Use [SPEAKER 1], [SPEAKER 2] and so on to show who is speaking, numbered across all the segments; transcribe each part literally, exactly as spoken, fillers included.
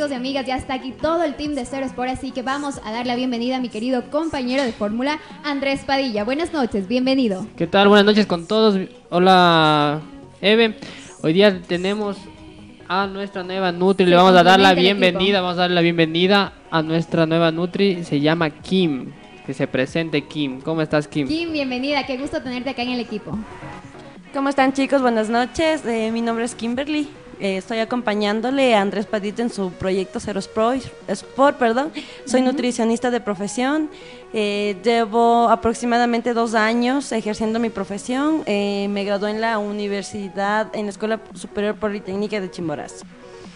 [SPEAKER 1] amigos y amigas, ya está aquí todo el team de Cero Sport, así que vamos a dar la bienvenida a mi querido compañero de fórmula, Andrés Padilla. Buenas noches, bienvenido.
[SPEAKER 2] ¿Qué tal? Buenas noches con todos. Hola, Eve. Hoy día tenemos a nuestra nueva Nutri. Le vamos a dar la bienvenida, vamos a dar la bienvenida a nuestra nueva Nutri. Se llama Kim. Que se presente Kim. ¿Cómo estás, Kim?
[SPEAKER 1] Kim, bienvenida. Qué gusto tenerte acá en el equipo.
[SPEAKER 3] ¿Cómo están, chicos? Buenas noches. Eh, mi nombre es Kimberly. Eh, estoy acompañándole a Andrés Padilla en su proyecto Cero Sport, perdón. Soy uh-huh. nutricionista de profesión. Eh, llevo aproximadamente dos años ejerciendo mi profesión. Eh, me gradué en la universidad, en la Escuela Superior Politécnica de Chimborazo.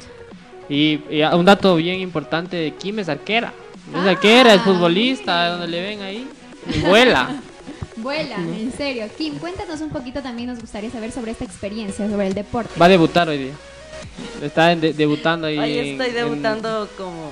[SPEAKER 2] Y, y un dato bien importante de Kim es arquera. Es ah. arquera, es futbolista, donde le ven ahí, vuela.
[SPEAKER 1] Vuela, en serio. Kim, cuéntanos un poquito, también nos gustaría saber sobre esta experiencia, sobre el deporte.
[SPEAKER 2] Va a debutar hoy día. Está de, debutando ahí.
[SPEAKER 3] Hoy estoy en, debutando en, como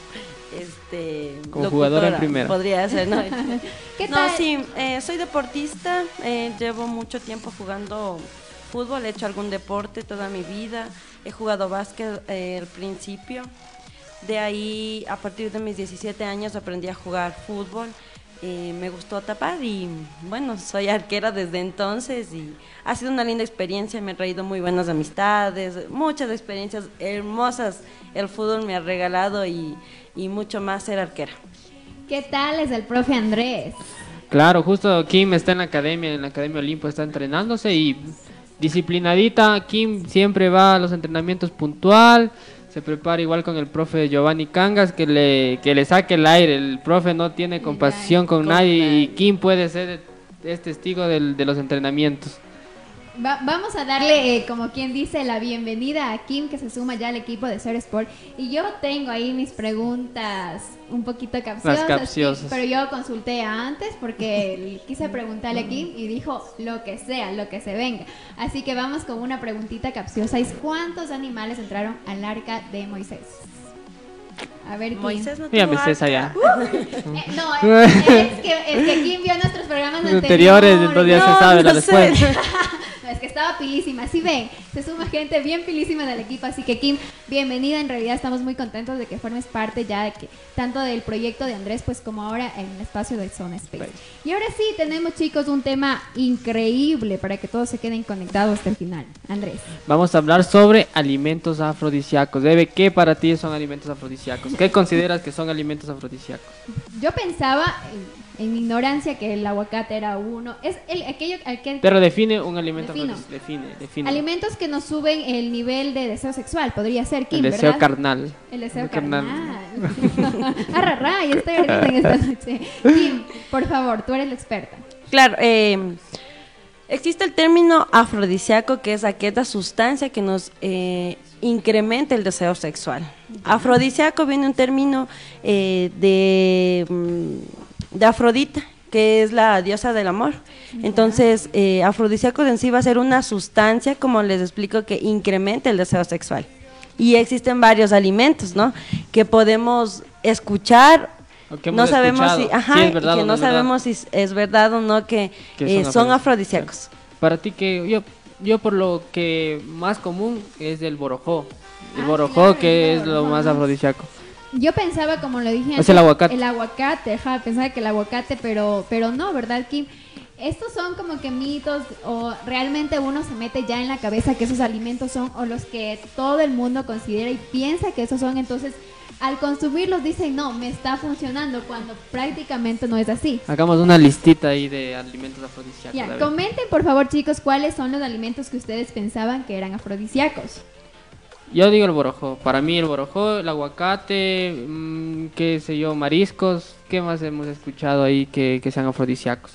[SPEAKER 3] este
[SPEAKER 2] como jugadora en primera.
[SPEAKER 3] Podría ser, ¿no?
[SPEAKER 1] ¿Qué
[SPEAKER 3] no,
[SPEAKER 1] tal?
[SPEAKER 3] sí, eh, soy deportista, eh, llevo mucho tiempo jugando fútbol, he hecho algún deporte toda mi vida, he jugado básquet eh, al principio, de ahí a partir de mis diecisiete años aprendí a jugar fútbol. Eh, me gustó tapar y bueno, soy arquera desde entonces y ha sido una linda experiencia, me he traído muy buenas amistades, muchas experiencias hermosas el fútbol me ha regalado y, y mucho más ser arquera.
[SPEAKER 1] ¿Qué tal es el profe Andrés?
[SPEAKER 2] Claro, justo Kim está en la academia, en la Academia Olimpo está entrenándose y disciplinadita. Kim siempre va a los entrenamientos puntual. Se prepara igual con el profe Giovanni Cangas, que le que le saque el aire. El profe no tiene compasión con, con nadie, nadie y Kim puede ser es testigo del, de los entrenamientos.
[SPEAKER 1] Va, vamos a darle, eh, como quien dice, la bienvenida a Kim, que se suma ya al equipo de Cero Sport. Y yo tengo ahí mis preguntas un poquito capciosas,
[SPEAKER 2] Las capciosas.
[SPEAKER 1] Sí, pero yo consulté antes porque quise preguntarle a Kim y dijo lo que sea, lo que se venga. Así que vamos con una preguntita capciosa. ¿Y cuántos animales entraron al arca de Moisés? A ver, Kim.
[SPEAKER 3] Moisés no
[SPEAKER 2] tuvo arca. Ya.
[SPEAKER 1] Uh, eh, no, es, es, que, es que Kim vio nuestros programas anteriores,
[SPEAKER 2] anteriores entonces ya
[SPEAKER 1] no,
[SPEAKER 2] se sabe
[SPEAKER 1] no
[SPEAKER 2] la respuesta.
[SPEAKER 1] No, es que estaba pilísima, sí ven, se suma gente bien pilísima del equipo, así que Kim, bienvenida, en realidad estamos muy contentos de que formes parte ya de que tanto del proyecto de Andrés, pues como ahora en el espacio de Zona Space. Right. Y ahora sí, tenemos, chicos, un tema increíble para que todos se queden conectados hasta el final. Andrés.
[SPEAKER 2] Vamos a hablar sobre alimentos afrodisíacos. Debe, ¿qué para ti son alimentos afrodisíacos? ¿Qué consideras que son alimentos afrodisíacos?
[SPEAKER 1] Yo pensaba... En... En mi ignorancia que el aguacate era uno. Es el aquello aquel,
[SPEAKER 2] Pero define un alimento.
[SPEAKER 1] Defino.
[SPEAKER 2] Define, define.
[SPEAKER 1] Alimentos que nos suben el nivel de deseo sexual. Podría ser, Kim,
[SPEAKER 2] el deseo
[SPEAKER 1] ¿verdad?
[SPEAKER 2] carnal.
[SPEAKER 1] El deseo el carnal. carnal. Arrará, ya estoy ardita en esta noche. Kim, por favor, tú eres la experta.
[SPEAKER 3] Claro, eh, existe el término afrodisíaco, que es aquella sustancia que nos eh, incrementa el deseo sexual. Afrodisíaco viene un término eh, de... Mm, de Afrodita, que es la diosa del amor. Entonces, eh, afrodisíacos en sí va a ser una sustancia, como les explico, que incrementa el deseo sexual. Y existen varios alimentos, ¿no?, que podemos escuchar, que no sabemos si, ajá, sí es verdad, que no, no sabemos si es verdad o no que, que eh, son, son afrodisíacos.
[SPEAKER 2] Para ti, que yo, yo por lo que más común es el borojó, el
[SPEAKER 1] ah,
[SPEAKER 2] borojó
[SPEAKER 1] claro,
[SPEAKER 2] que
[SPEAKER 1] el
[SPEAKER 2] es lo más afrodisíaco.
[SPEAKER 1] Yo pensaba, como lo dije antes,
[SPEAKER 2] es el aguacate.
[SPEAKER 1] El aguacate, ajá, pensaba que el aguacate, pero, pero no, ¿verdad, Kim? Estos son como que mitos, o realmente uno se mete ya en la cabeza que esos alimentos son, o los que todo el mundo considera y piensa que esos son, entonces al consumirlos dicen, no, me está funcionando, cuando prácticamente no es así.
[SPEAKER 2] Hagamos una listita ahí de alimentos afrodisíacos.
[SPEAKER 1] Ya, comenten por favor, chicos, cuáles son los alimentos que ustedes pensaban que eran afrodisíacos.
[SPEAKER 2] Yo digo el borojó, para mí el borojó, el aguacate, mmm, qué sé yo, mariscos, ¿qué más hemos escuchado ahí que, que sean afrodisíacos?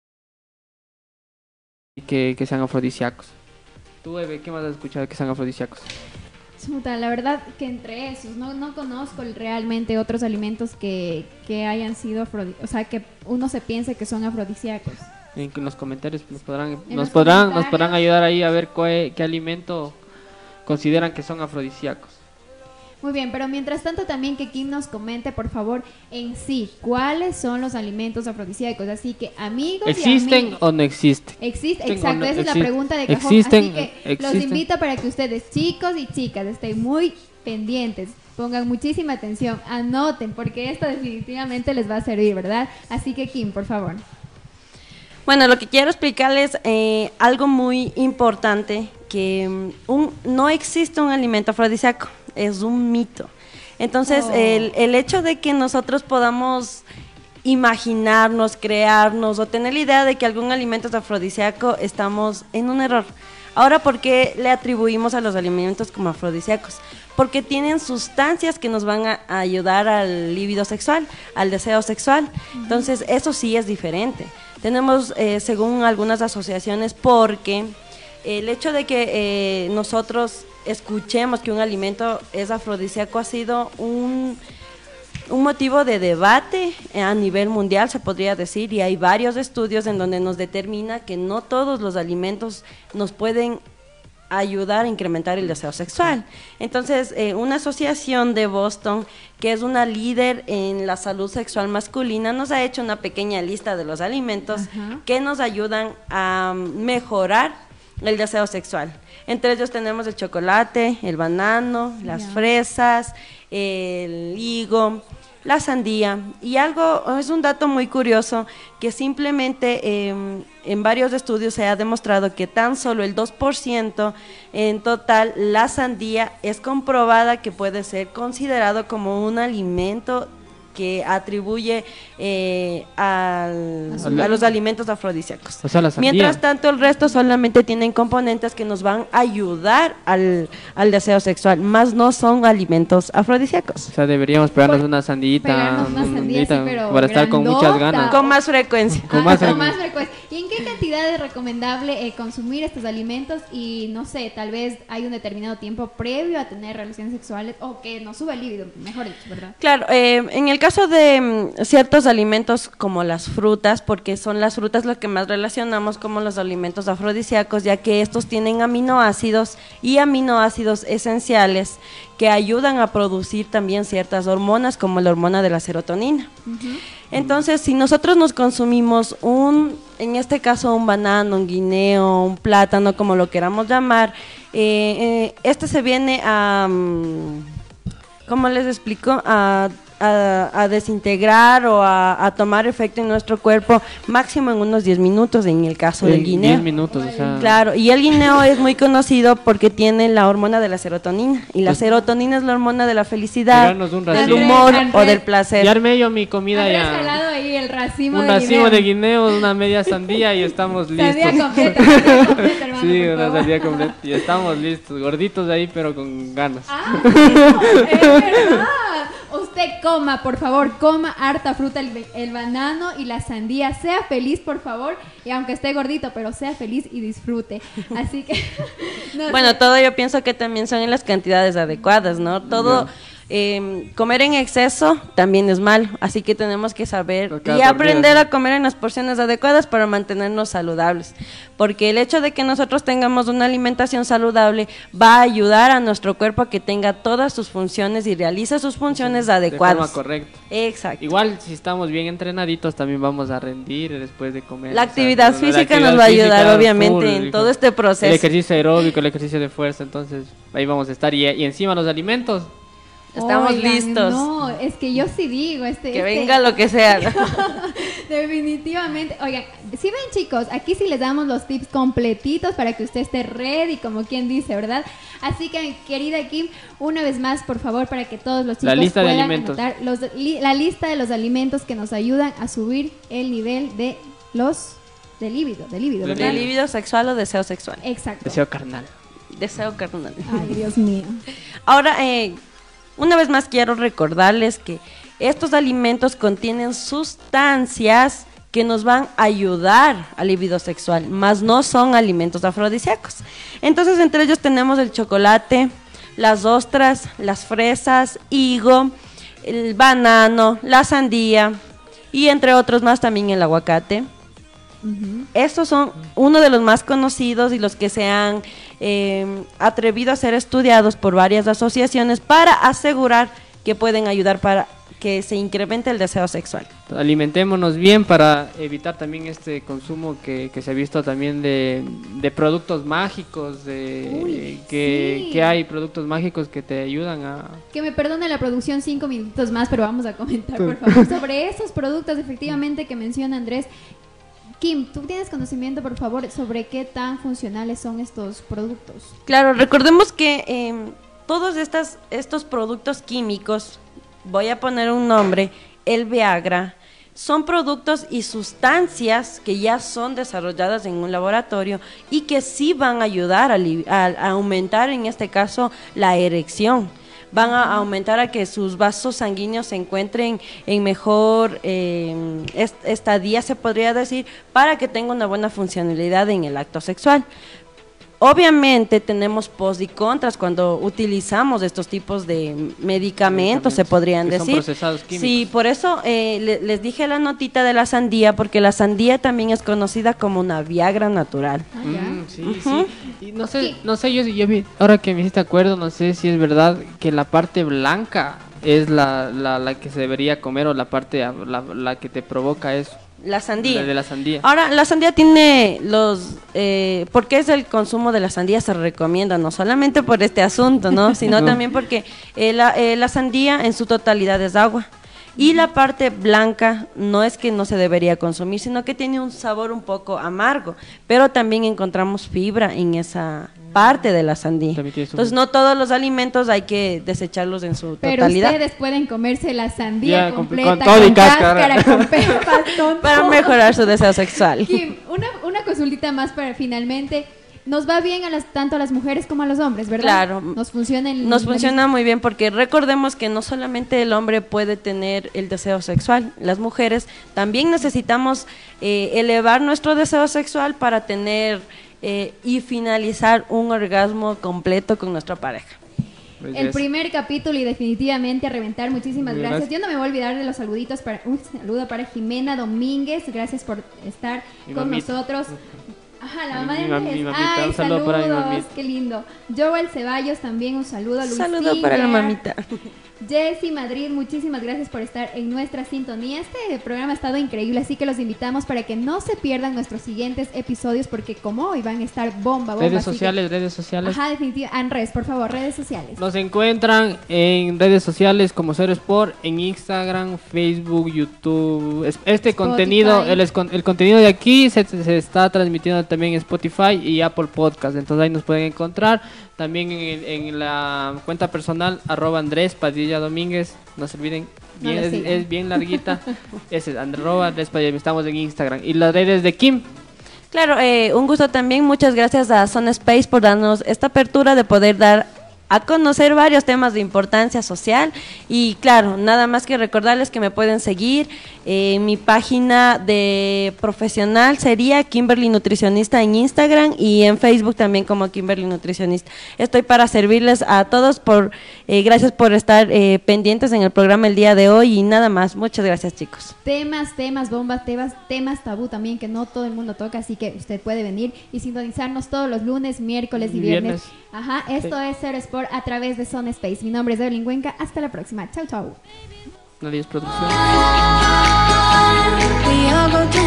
[SPEAKER 2] Que, que sean afrodisíacos. Tú, Eve, ¿qué más has escuchado que sean afrodisíacos?
[SPEAKER 1] Chuta, la verdad que entre esos, no, no conozco realmente otros alimentos que, que hayan sido afrodisíacos, o sea, que uno se piense que son afrodisíacos. En
[SPEAKER 2] los comentarios nos podrán,
[SPEAKER 1] en
[SPEAKER 2] nos
[SPEAKER 1] los
[SPEAKER 2] podrán,
[SPEAKER 1] comentarios.
[SPEAKER 2] nos podrán ayudar ahí a ver qué, qué alimento consideran que son afrodisíacos.
[SPEAKER 1] Muy bien, pero mientras tanto también que Kim nos comente, por favor, en sí, ¿cuáles son los alimentos afrodisíacos? Así que, amigos
[SPEAKER 2] ¿existen
[SPEAKER 1] y amigos,
[SPEAKER 2] o no existen?
[SPEAKER 1] Existen, exacto,
[SPEAKER 2] no,
[SPEAKER 1] esa es la
[SPEAKER 2] existe,
[SPEAKER 1] pregunta de cajón.
[SPEAKER 2] existen,
[SPEAKER 1] Así que
[SPEAKER 2] existen.
[SPEAKER 1] los invito para que ustedes, chicos y chicas, estén muy pendientes. pongan muchísima atención, anoten, porque esto definitivamente les va a servir, ¿verdad? Así que Kim, por favor.
[SPEAKER 3] Bueno, lo que quiero explicarles eh, algo muy importante, que mm, un, no existe un alimento afrodisíaco, es un mito. Entonces,
[SPEAKER 1] Oh.
[SPEAKER 3] el, el hecho de que nosotros podamos imaginarnos, crearnos o tener la idea de que algún alimento es afrodisíaco, estamos en un error. Ahora, ¿por qué le atribuimos a los alimentos como afrodisíacos? Porque tienen sustancias que nos van a, a ayudar al líbido sexual, al deseo sexual. Entonces, eso sí es diferente. Tenemos, eh, según algunas asociaciones, porque el hecho de que eh, nosotros escuchemos que un alimento es afrodisíaco ha sido un, un motivo de debate a nivel mundial, se podría decir, y hay varios estudios en donde nos determina que no todos los alimentos nos pueden ayudar a incrementar el deseo sexual. Entonces, eh, una asociación de Boston, que es una líder en la salud sexual masculina, nos ha hecho una pequeña lista de los alimentos
[SPEAKER 1] Ajá.
[SPEAKER 3] que nos ayudan a mejorar el deseo sexual. Entre ellos tenemos el chocolate, el banano, las
[SPEAKER 1] Ya.
[SPEAKER 3] fresas, el higo, la sandía. Y algo, es un dato muy curioso, que simplemente eh, en varios estudios se ha demostrado que tan solo el dos por ciento en total, la sandía es comprobada que puede ser considerado como un alimento que atribuye eh, al-
[SPEAKER 2] Azúcar.
[SPEAKER 3] a los alimentos afrodisíacos.
[SPEAKER 2] O sea, la sandía.
[SPEAKER 3] Mientras tanto, el resto solamente tienen componentes que nos van a ayudar al, al deseo sexual, más no son alimentos afrodisíacos.
[SPEAKER 2] O sea, deberíamos pegarnos una sandita,
[SPEAKER 1] Pegarnos una
[SPEAKER 2] un-
[SPEAKER 1] sandía, sí,
[SPEAKER 2] sandita,
[SPEAKER 1] pero
[SPEAKER 2] para estar con muchas
[SPEAKER 1] grandota.
[SPEAKER 2] ganas.
[SPEAKER 3] Con más frecuencia.
[SPEAKER 2] Con
[SPEAKER 1] Ah,
[SPEAKER 2] más
[SPEAKER 1] con
[SPEAKER 2] frecu-
[SPEAKER 1] más frecuencia. ¿Y en qué cantidad es recomendable eh, consumir estos alimentos? Y no sé, tal vez hay un determinado tiempo previo a tener relaciones sexuales o que nos sube el líbido, mejor dicho, ¿verdad?
[SPEAKER 3] Claro, eh, en el caso de mm, ciertos alimentos como las frutas, porque son las frutas lo que más relacionamos como los alimentos afrodisíacos, ya que estos tienen aminoácidos y aminoácidos esenciales que ayudan a producir también ciertas hormonas como la hormona de la serotonina. Entonces, si nosotros nos consumimos un, en este caso un banano, un guineo, un plátano, como lo queramos llamar, eh, eh, este se viene a, mm, ¿cómo les explico? A, a, a desintegrar o a, a tomar efecto en nuestro cuerpo máximo en unos diez minutos en el caso del
[SPEAKER 2] En
[SPEAKER 3] guineo.
[SPEAKER 2] diez minutos, o sea.
[SPEAKER 3] Claro, y el guineo es muy conocido porque tiene la hormona de la serotonina, y la
[SPEAKER 2] Pues,
[SPEAKER 3] serotonina es la hormona de la felicidad,
[SPEAKER 2] pegarnos un
[SPEAKER 3] del
[SPEAKER 2] racimo.
[SPEAKER 3] humor
[SPEAKER 1] Andrés,
[SPEAKER 3] o del
[SPEAKER 1] Andrés.
[SPEAKER 3] placer.
[SPEAKER 2] Ya armé yo mi comida
[SPEAKER 1] Andrés
[SPEAKER 2] ya.
[SPEAKER 1] al lado ahí el racimo
[SPEAKER 2] Un
[SPEAKER 1] de
[SPEAKER 2] racimo
[SPEAKER 1] guineo.
[SPEAKER 2] de guineo, una media sandía y estamos listos.
[SPEAKER 1] Sandía completa, sandía completa, hermano,
[SPEAKER 2] Sí,
[SPEAKER 1] por
[SPEAKER 2] una
[SPEAKER 1] favor.
[SPEAKER 2] sandía completa. Y estamos listos, gorditos ahí, pero con ganas.
[SPEAKER 1] Ah, no, es verdad. Usted coma, por favor, coma harta fruta, el, el banano y la sandía. Sea feliz, por favor, y aunque esté gordito, pero sea feliz y disfrute. Así que, no
[SPEAKER 3] Bueno,
[SPEAKER 1] sé.
[SPEAKER 3] todo yo pienso que también son en las cantidades adecuadas, ¿no? Todo, eh, comer en exceso también es malo, así que tenemos que saber
[SPEAKER 2] Lo que
[SPEAKER 3] y
[SPEAKER 2] has
[SPEAKER 3] aprender
[SPEAKER 2] dormido,
[SPEAKER 3] a comer en las porciones adecuadas para mantenernos saludables, porque el hecho de que nosotros tengamos una alimentación saludable va a ayudar a nuestro cuerpo a que tenga todas sus funciones y realice sus funciones
[SPEAKER 2] De
[SPEAKER 3] adecuadas.
[SPEAKER 2] forma correcta.
[SPEAKER 3] Exacto.
[SPEAKER 2] Igual, si estamos bien entrenaditos, también vamos a rendir después de comer.
[SPEAKER 3] La
[SPEAKER 2] o sea,
[SPEAKER 3] actividad
[SPEAKER 2] la
[SPEAKER 3] física
[SPEAKER 2] actividad
[SPEAKER 3] nos va a ayudar,
[SPEAKER 2] física,
[SPEAKER 3] obviamente,
[SPEAKER 2] full,
[SPEAKER 3] en
[SPEAKER 2] hijo.
[SPEAKER 3] todo este proceso.
[SPEAKER 2] El ejercicio aeróbico, el ejercicio de fuerza, entonces ahí vamos a estar. Y, y encima los alimentos.
[SPEAKER 3] Estamos
[SPEAKER 1] Oigan,
[SPEAKER 3] listos.
[SPEAKER 1] No, es que yo sí digo, este,
[SPEAKER 3] Que
[SPEAKER 1] este-
[SPEAKER 3] venga lo que sea.
[SPEAKER 1] Definitivamente. Oigan, si ven, chicos, aquí sí les damos los tips completitos para que usted esté ready, como quien dice, ¿verdad? Así que, querida Kim, una vez más, por favor, para que todos los chicos
[SPEAKER 2] La lista de
[SPEAKER 1] puedan
[SPEAKER 2] alimentos.
[SPEAKER 1] anotar los, li- la lista de los alimentos que nos ayudan a subir el nivel de los de líbido, de líbido,
[SPEAKER 2] De
[SPEAKER 1] ¿verdad?
[SPEAKER 3] ¿De libido sexual o deseo sexual?
[SPEAKER 1] Exacto.
[SPEAKER 2] Deseo carnal.
[SPEAKER 3] Deseo carnal.
[SPEAKER 1] Ay, Dios mío.
[SPEAKER 3] Ahora, eh, una vez más quiero recordarles que estos alimentos contienen sustancias que nos van a ayudar al libido sexual, más no son alimentos afrodisíacos. Entonces, entre ellos tenemos el chocolate, las ostras, las fresas, higo, el banano, la sandía y entre otros más también el aguacate. Estos son uno de los más conocidos y los que se han eh, atrevido a ser estudiados por varias asociaciones para asegurar que pueden ayudar para que se incremente el deseo sexual.
[SPEAKER 2] Alimentémonos bien para evitar también este consumo que, que se ha visto también de, de productos mágicos, de
[SPEAKER 1] Uy,
[SPEAKER 2] que,
[SPEAKER 1] sí.
[SPEAKER 2] que hay productos mágicos que te ayudan a...
[SPEAKER 1] Que me perdone la producción cinco minutitos más, pero vamos a comentar, por favor, sobre esos productos efectivamente que menciona Andrés. Kim, ¿tú tienes conocimiento, por favor, sobre qué tan funcionales son estos productos?
[SPEAKER 3] Claro, recordemos que eh, todos estas, estos productos químicos, voy a poner un nombre, el Viagra, son productos y sustancias que ya son desarrolladas en un laboratorio y que sí van a ayudar a, li- a- a aumentar, en este caso, la erección. Van a aumentar a que sus vasos sanguíneos se encuentren en mejor eh, est- estadía, se podría decir, para que tenga una buena funcionalidad en el acto sexual. Obviamente tenemos pros y contras cuando utilizamos estos tipos de medicamentos, se podrían
[SPEAKER 2] que son
[SPEAKER 3] decir.
[SPEAKER 2] procesados químicos.
[SPEAKER 3] Sí, por eso eh, le- les dije la notita de la sandía, porque la sandía también es conocida como una Viagra natural.
[SPEAKER 1] Ah, ya.
[SPEAKER 2] Mm, sí,
[SPEAKER 3] Ujú.
[SPEAKER 2] sí. Y no sé,
[SPEAKER 1] ¿Qué?
[SPEAKER 2] no sé, yo, yo vi, ahora que me hiciste acuerdo, no sé si es verdad que la parte blanca es la, la, la que se debería comer o la parte, la, la que te provoca eso.
[SPEAKER 3] La sandía.
[SPEAKER 2] La de la sandía.
[SPEAKER 3] Ahora, la sandía tiene los... Eh, ¿Por qué es el consumo de la sandía? Se recomienda, no solamente por este asunto, ¿no? Sino
[SPEAKER 2] No.
[SPEAKER 3] también porque eh, la, eh, la sandía en su totalidad es agua. Y la parte blanca no es que no se debería consumir, sino que tiene un sabor un poco amargo. Pero también encontramos fibra en esa parte de la sandía.
[SPEAKER 2] También tiene su-
[SPEAKER 3] Entonces, no todos los alimentos hay que desecharlos en su
[SPEAKER 1] Pero
[SPEAKER 3] totalidad.
[SPEAKER 1] ustedes pueden comerse la sandía
[SPEAKER 2] Ya, con-
[SPEAKER 1] completa,
[SPEAKER 2] con
[SPEAKER 1] con,
[SPEAKER 2] todo y cáscara.
[SPEAKER 1] cáscara, con pepas, con
[SPEAKER 3] Para
[SPEAKER 1] todo.
[SPEAKER 3] mejorar su deseo sexual.
[SPEAKER 1] Kim, una, una consultita más para finalmente. Nos va bien a las, tanto a las mujeres como a los hombres, ¿verdad?
[SPEAKER 3] Claro.
[SPEAKER 1] Nos funciona el
[SPEAKER 3] Nos funciona muy bien porque recordemos que no solamente el hombre puede tener el deseo sexual, las mujeres también necesitamos eh, elevar nuestro deseo sexual para tener eh, y finalizar un orgasmo completo con nuestra pareja.
[SPEAKER 2] Pues
[SPEAKER 1] El
[SPEAKER 2] es-
[SPEAKER 1] primer capítulo y definitivamente a reventar. Muchísimas
[SPEAKER 2] Muy
[SPEAKER 1] gracias.
[SPEAKER 2] gracias.
[SPEAKER 1] Yo no me voy a olvidar de los saluditos. Para, un saludo para Jimena Domínguez. Gracias por estar
[SPEAKER 2] Mi
[SPEAKER 1] con
[SPEAKER 2] mamita.
[SPEAKER 1] nosotros. Ajá, la mamá
[SPEAKER 2] Mi-
[SPEAKER 1] de
[SPEAKER 2] mi mam-
[SPEAKER 1] Andrés.
[SPEAKER 2] mi mamita,
[SPEAKER 1] Ay,
[SPEAKER 2] un saludo para mi
[SPEAKER 1] saludos,
[SPEAKER 2] mamita.
[SPEAKER 1] qué lindo. Joel Ceballos también un saludo. Luis
[SPEAKER 3] Saludo para la
[SPEAKER 1] Singer.
[SPEAKER 3] mamita.
[SPEAKER 1] Jessy Madrid, muchísimas gracias por estar en nuestra sintonía. Este programa ha estado increíble, así que los invitamos para que no se pierdan nuestros siguientes episodios, porque como hoy van a estar bomba, bomba.
[SPEAKER 2] Redes
[SPEAKER 1] así que-
[SPEAKER 2] sociales, redes sociales.
[SPEAKER 1] Ajá, definitivamente. Andrés, por favor, redes sociales.
[SPEAKER 2] Nos encuentran en redes sociales como Cero Sport, en Instagram, Facebook, YouTube. Es- Este
[SPEAKER 1] Spotify.
[SPEAKER 2] contenido, el, escon- el contenido de aquí se, se está transmitiendo también en Spotify y Apple Podcast. Entonces ahí nos pueden encontrar. También en, en la cuenta personal, arroba Andrés Padilla Domínguez. No se olviden,
[SPEAKER 1] No
[SPEAKER 2] bien-
[SPEAKER 1] lo
[SPEAKER 2] es,
[SPEAKER 1] sigan.
[SPEAKER 2] es bien larguita. Ese es arroba Andrés Padilla. Estamos en Instagram. Y las redes de Kim.
[SPEAKER 3] Claro, eh, un gusto también. Muchas gracias a Zona Space por darnos esta apertura de poder dar a conocer varios temas de importancia social. Y claro, nada más que recordarles que me pueden seguir. Eh, mi página de profesional sería Kimberly Nutricionista en Instagram y en Facebook también como Kimberly Nutricionista. Estoy para servirles a todos. Por eh, gracias por estar eh, pendientes en el programa el día de hoy y nada más. Muchas gracias, chicos.
[SPEAKER 1] Temas, temas, bombas, temas, temas tabú también que no todo el mundo toca, así que usted puede venir y sintonizarnos todos los lunes, miércoles y
[SPEAKER 2] Y
[SPEAKER 1] viernes.
[SPEAKER 2] viernes.
[SPEAKER 1] Ajá, esto es Cero Sport a través de Zone Space. Mi nombre es Evelyn Cuenca. Hasta la próxima. Chau, chau.
[SPEAKER 2] Nadie es producción.
[SPEAKER 4] We all go through